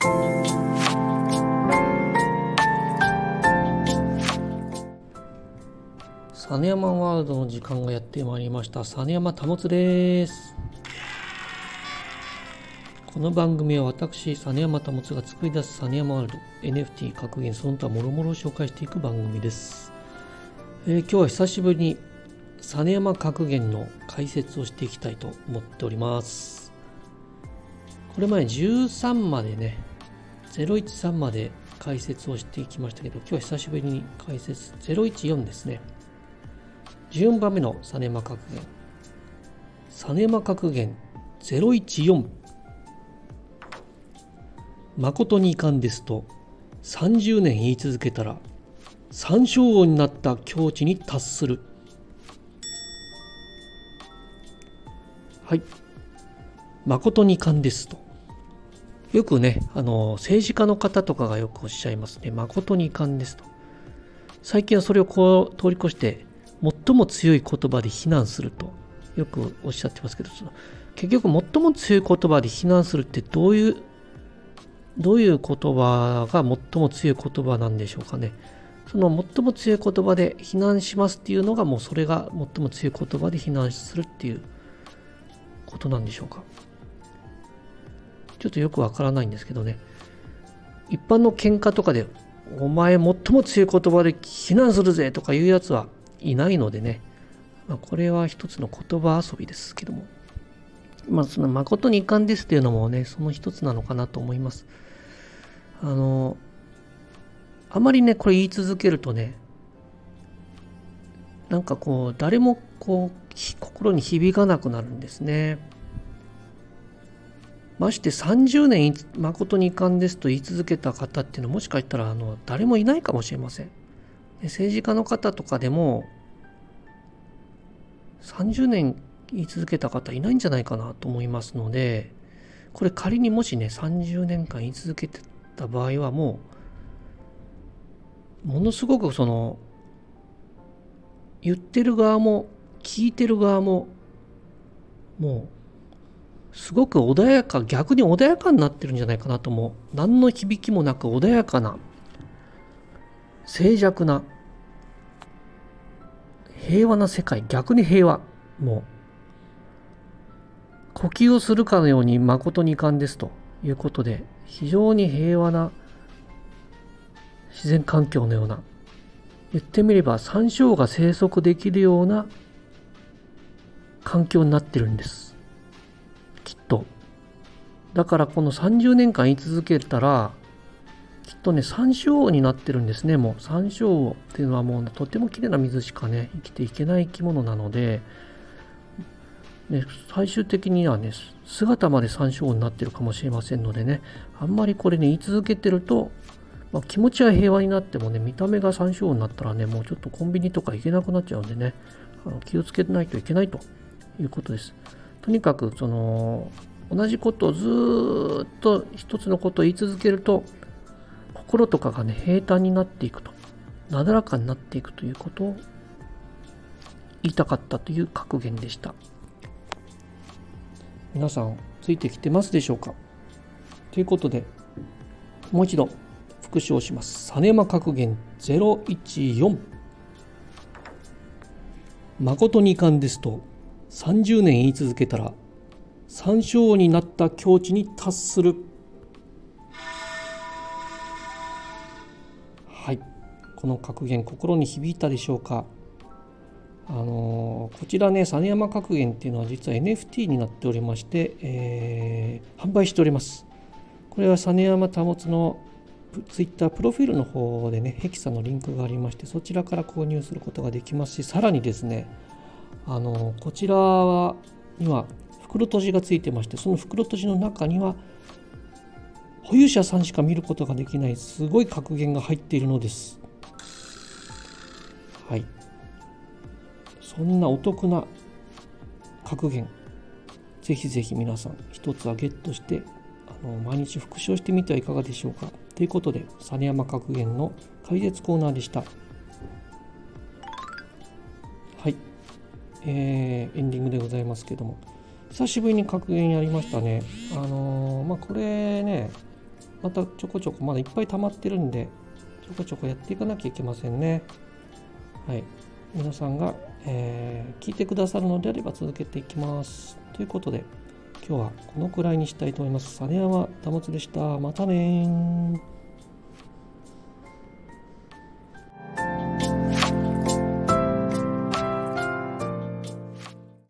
実山ワールドの時間がやってまいりました。実山保です。この番組は私、実山保が作り出す実山ワールド、NFT、格言、その他もろもろを紹介していく番組です。今日は久しぶりに実山格言の解説をしていきたいと思っております。これ前13までね、013まで解説をしていきましたけど、今日は久しぶりに解説014ですね。14番目の実山格言。実山格言014。誠に遺憾ですと、30年言い続けたら、三将王になった境地に達する。はい。誠に遺憾ですと。よくね、政治家の方とかがよくおっしゃいますね。誠に遺憾ですと。最近はそれをこう通り越して、最も強い言葉で非難するとよくおっしゃってますけど、結局最も強い言葉で非難するってどういう言葉が最も強い言葉なんでしょうかね。その最も強い言葉で非難しますっていうのが、もうそれが最も強い言葉で非難するっていうことなんでしょうか。ちょっとよくわからないんですけどね。一般の喧嘩とかでお前最も強い言葉で非難するぜとかいうやつはいないのでね、これは一つの言葉遊びですけども、その誠に遺憾ですっていうのもね、その一つなのかなと思います。あまりねこれ言い続けるとね、なんかこう誰もこう心に響かなくなるんですね。まして30年誠に遺憾ですと言い続けた方っていうのは、もしかしたら誰もいないかもしれません。政治家の方とかでも30年言い続けた方いないんじゃないかなと思いますので、これ仮にもしね30年間言い続けてた場合は、ものすごくその言ってる側も聞いてる側ももうすごく逆に穏やかになってるんじゃないかなと思う。何の響きもなく穏やかな、静寂な、平和な世界、逆に平和。もう呼吸をするかのように誠に遺憾ですということで、非常に平和な自然環境のような、言ってみれば山椒が生息できるような環境になってるんです、きっと。だからこの30年間言い続けたら、きっとね山椒になってるんですね。もう山椒っていうのはもうとてもきれいな水しかね生きていけない生き物なので、ね、最終的にはね姿まで山椒になってるかもしれませんのでね、あんまりこれね言い続けてると、気持ちは平和になってもね、見た目が山椒になったらね、もうちょっとコンビニとか行けなくなっちゃうんでね、気をつけないといけないということです。とにかく同じことをずっと一つのことを言い続けると、心とかがね平坦になっていくと、なだらかになっていくということを言いたかったという格言でした。皆さんついてきてますでしょうか。ということで、もう一度復唱します。実山格言014。誠に遺憾ですと、30年言い続けたら山椒になった境地に達する。はい、この格言心に響いたでしょうか。こちらね、実山格言っていうのは実は NFT になっておりまして、販売しております。これは実山保のツイッタープロフィールの方でね、ヘキサのリンクがありまして、そちらから購入することができますし、さらにですね、こちらには袋閉じがついてまして、その袋閉じの中には保有者さんしか見ることができないすごい格言が入っているのです。はい、そんなお得な格言、ぜひぜひ皆さん一つはゲットして毎日復唱してみてはいかがでしょうか。ということで、実山格言の解説コーナーでした。はい、エンディングでございますけども、久しぶりに格言やりましたね。これね、 またちょこちょこまだいっぱい溜まってるんで、ちょこちょこやっていかなきゃいけませんね。はい。皆さんが、聞いてくださるのであれば続けていきます。ということで、今日はこのくらいにしたいと思います。実山保でした。またねー。